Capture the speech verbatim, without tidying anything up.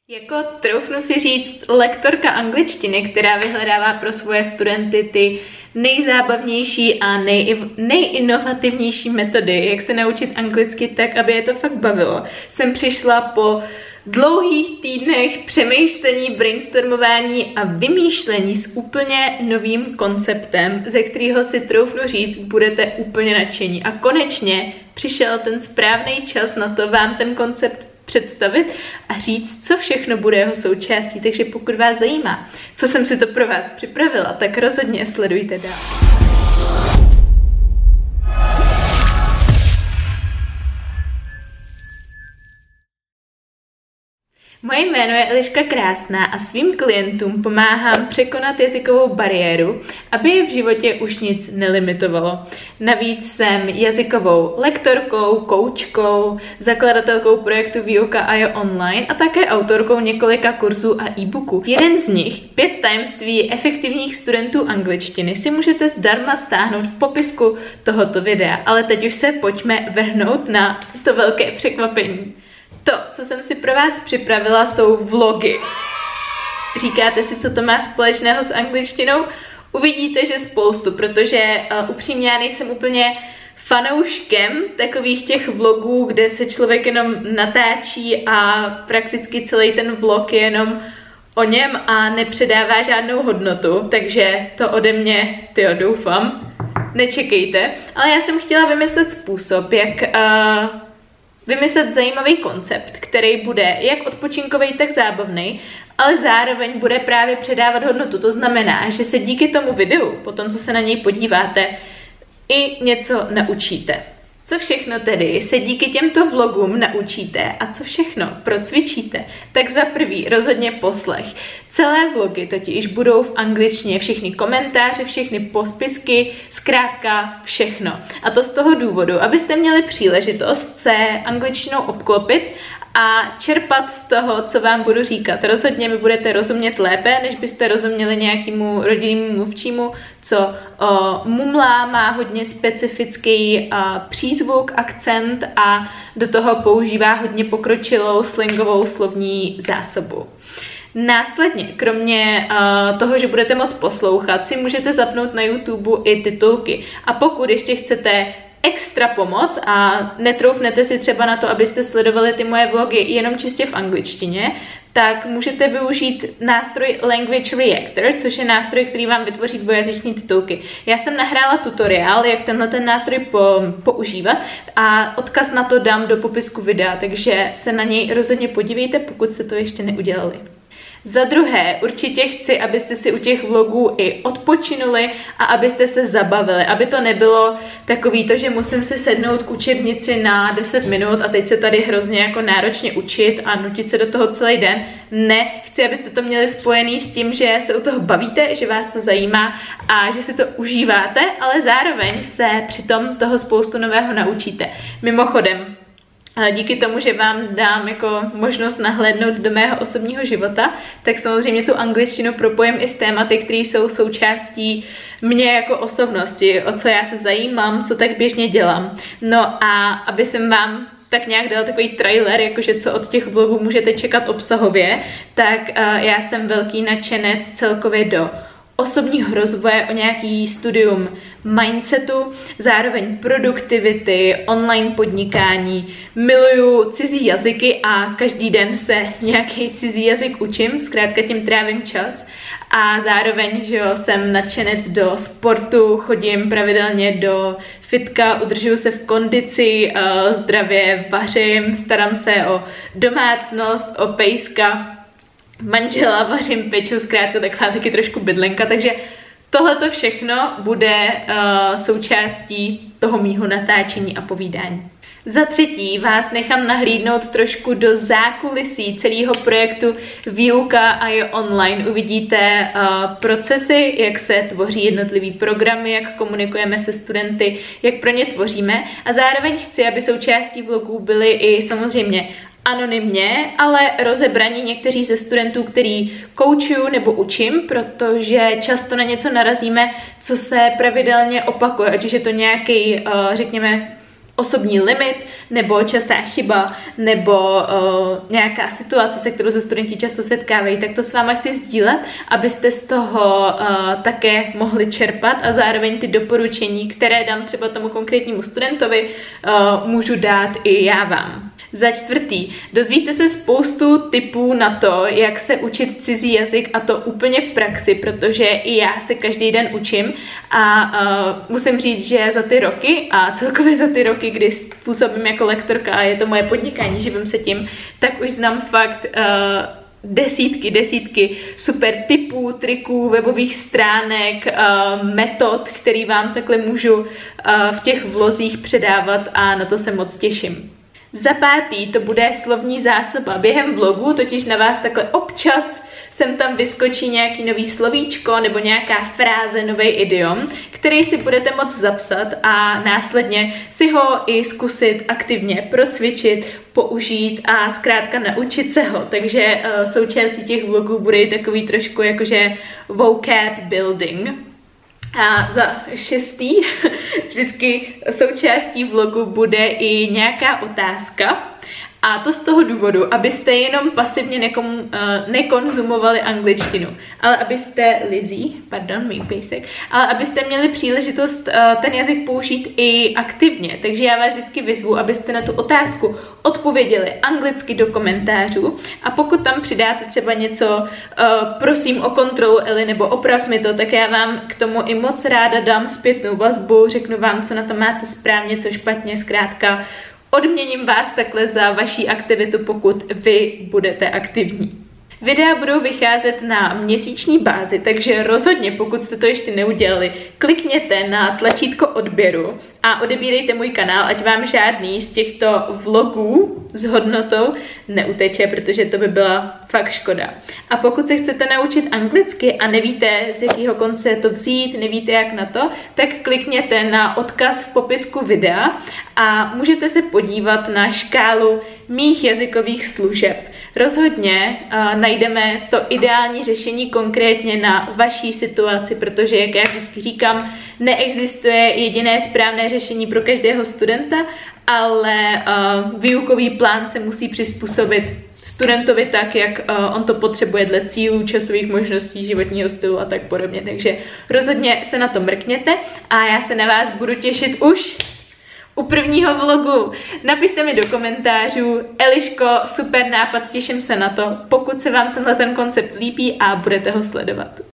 Jako troufnu si říct lektorka angličtiny, která vyhledává pro svoje studenty ty nejzábavnější a nej, nejinovativnější metody, jak se naučit anglicky tak, aby je to fakt bavilo, jsem přišla po dlouhých týdnech přemýšlení, brainstormování a vymýšlení s úplně novým konceptem, ze kterého si troufnu říct, budete úplně nadšení. A konečně přišel ten správný čas na to vám ten koncept představit a říct, co všechno bude jeho součástí. Takže pokud vás zajímá, co jsem si to pro vás připravila, tak rozhodně sledujte dál. Moje jméno je Eliška Krásná a svým klientům pomáhám překonat jazykovou bariéru, aby je v životě už nic nelimitovalo. Navíc jsem jazykovou lektorkou, koučkou, zakladatelkou projektu Výuka a je online a také autorkou několika kurzů a e-booků. Jeden z nich, pět tajemství efektivních studentů angličtiny, si můžete zdarma stáhnout v popisku tohoto videa, ale teď už se pojďme vrhnout na to velké překvapení. To, co jsem si pro vás připravila, jsou vlogy. Říkáte si, co to má společného s angličtinou? Uvidíte, že spoustu, protože uh, upřímně já nejsem úplně fanouškem takových těch vlogů, kde se člověk jenom natáčí a prakticky celý ten vlog je jenom o něm a nepředává žádnou hodnotu, takže to ode mě, tyjo, doufám, nečekejte. Ale já jsem chtěla vymyslet způsob, jak uh, vymyslet zajímavý koncept, který bude jak odpočinkový, tak zábavný, ale zároveň bude právě předávat hodnotu. To znamená, že se díky tomu videu, po tom, co se na něj podíváte, i něco naučíte. Co všechno tedy se díky těmto vlogům naučíte a co všechno procvičíte, tak za prvý rozhodně poslech. Celé vlogy totiž budou v angličtině, všechny komentáře, všechny pospisky, zkrátka všechno. A to z toho důvodu, abyste měli příležitost se angličtinou obklopit a čerpat z toho, co vám budu říkat. Rozhodně mi budete rozumět lépe, než byste rozuměli nějakému rodinnému mluvčímu, co o, mumlá, má hodně specifický o, přízvuk, akcent a do toho používá hodně pokročilou slangovou slovní zásobu. Následně, kromě uh, toho, že budete moc poslouchat, si můžete zapnout na YouTube i titulky. A pokud ještě chcete extra pomoc a netroufnete si třeba na to, abyste sledovali ty moje vlogy jenom čistě v angličtině, tak můžete využít nástroj Language Reactor, což je nástroj, který vám vytvoří dvojazyční titulky. Já jsem nahrála tutoriál, jak tenhle ten nástroj po, používat a odkaz na to dám do popisku videa, takže se na něj rozhodně podívejte, pokud jste to ještě neudělali. Za druhé, určitě chci, abyste si u těch vlogů i odpočinuli a abyste se zabavili, aby to nebylo takový to, že musím se sednout k učebnici na deset minut a teď se tady hrozně jako náročně učit a nutit se do toho celý den. Ne, chci, abyste to měli spojený s tím, že se u toho bavíte, že vás to zajímá a že si to užíváte, ale zároveň se přitom toho spoustu nového naučíte. Mimochodem, díky tomu, že vám dám jako možnost nahlédnout do mého osobního života, tak samozřejmě tu angličtinu propojím i s tématy, které jsou součástí mě jako osobnosti, o co já se zajímám, co tak běžně dělám. No a aby jsem vám tak nějak dal takový trailer, jakože co od těch vlogů můžete čekat obsahově, tak uh, já jsem velký nadšenec celkově do osobního rozvoje, o nějaký studium mindsetu, zároveň produktivity, online podnikání, miluju cizí jazyky a každý den se nějaký cizí jazyk učím, zkrátka tím trávím čas a zároveň, že jo, jsem nadšenec do sportu, chodím pravidelně do fitka, udržuju se v kondici, zdravě vařím, starám se o domácnost, o pejska, manžela, vařím, peču, zkrátka taková taky trošku bydlenka, takže tohleto všechno bude uh, součástí toho mýho natáčení a povídání. Za třetí vás nechám nahlídnout trošku do zákulisí celého projektu Výuka a je online. Uvidíte uh, procesy, jak se tvoří jednotlivý programy, jak komunikujeme se studenty, jak pro ně tvoříme a zároveň chci, aby součástí vlogů byly i samozřejmě anonymně, ale rozebraní někteří ze studentů, který koučuju nebo učím, protože často na něco narazíme, co se pravidelně opakuje, ať už je to nějaký, řekněme, osobní limit, nebo častá chyba, nebo uh, nějaká situace, se kterou se studenti často setkávají, tak to s váma chci sdílet, abyste z toho uh, také mohli čerpat a zároveň ty doporučení, které dám třeba tomu konkrétnímu studentovi, uh, můžu dát i já vám. Za čtvrtý, dozvíte se spoustu tipů na to, jak se učit cizí jazyk, a to úplně v praxi, protože i já se každý den učím a uh, musím říct, že za ty roky a celkově za ty roky, kdy působím jako lektorka a je to moje podnikání, živím se tím, tak už znám fakt uh, desítky, desítky super tipů, triků, webových stránek, uh, metod, který vám takhle můžu uh, v těch vlozích předávat a na to se moc těším. Za pátý to bude slovní zásoba. Během vlogu totiž na vás takhle občas sem tam vyskočí nějaký nový slovíčko nebo nějaká fráze, nový idiom, který si budete moct zapsat a následně si ho i zkusit aktivně procvičit, použít a zkrátka naučit se ho. Takže uh, součástí těch vlogů bude i takový trošku jakože vocab building. A za šestý, vždycky součástí vlogu bude i nějaká otázka. A to z toho důvodu, abyste jenom pasivně nekom, uh, nekonzumovali angličtinu, ale abyste, Lizzie, pardon, můj pejsek, ale abyste měli příležitost uh, ten jazyk použít i aktivně. Takže já vás vždycky vyzvu, abyste na tu otázku odpověděli anglicky do komentářů a pokud tam přidáte třeba něco, uh, prosím o kontrolu Eli nebo oprav mi to, tak já vám k tomu i moc ráda dám zpětnou vazbu, řeknu vám, co na to máte správně, co špatně, zkrátka odměním vás takhle za vaši aktivitu, pokud vy budete aktivní. Videa budou vycházet na měsíční bázi, takže rozhodně, pokud jste to ještě neudělali, klikněte na tlačítko odběru a odebírejte můj kanál, ať vám žádný z těchto vlogů s hodnotou neuteče, protože to by byla fakt škoda. A pokud se chcete naučit anglicky a nevíte, z jakého konce to vzít, nevíte jak na to, tak klikněte na odkaz v popisku videa a můžete se podívat na škálu mých jazykových služeb. Rozhodně uh, najdeme to ideální řešení konkrétně na vaší situaci, protože, jak já vždycky říkám, neexistuje jediné správné řešení pro každého studenta, ale uh, výukový plán se musí přizpůsobit studentovi tak, jak uh, on to potřebuje dle cílů, časových možností, životního stylu a tak podobně. Takže rozhodně se na to mrkněte a já se na vás budu těšit už u prvního vlogu. Napište mi do komentářů, Eliško, super nápad, těším se na to, pokud se vám tenhle ten koncept líbí a budete ho sledovat.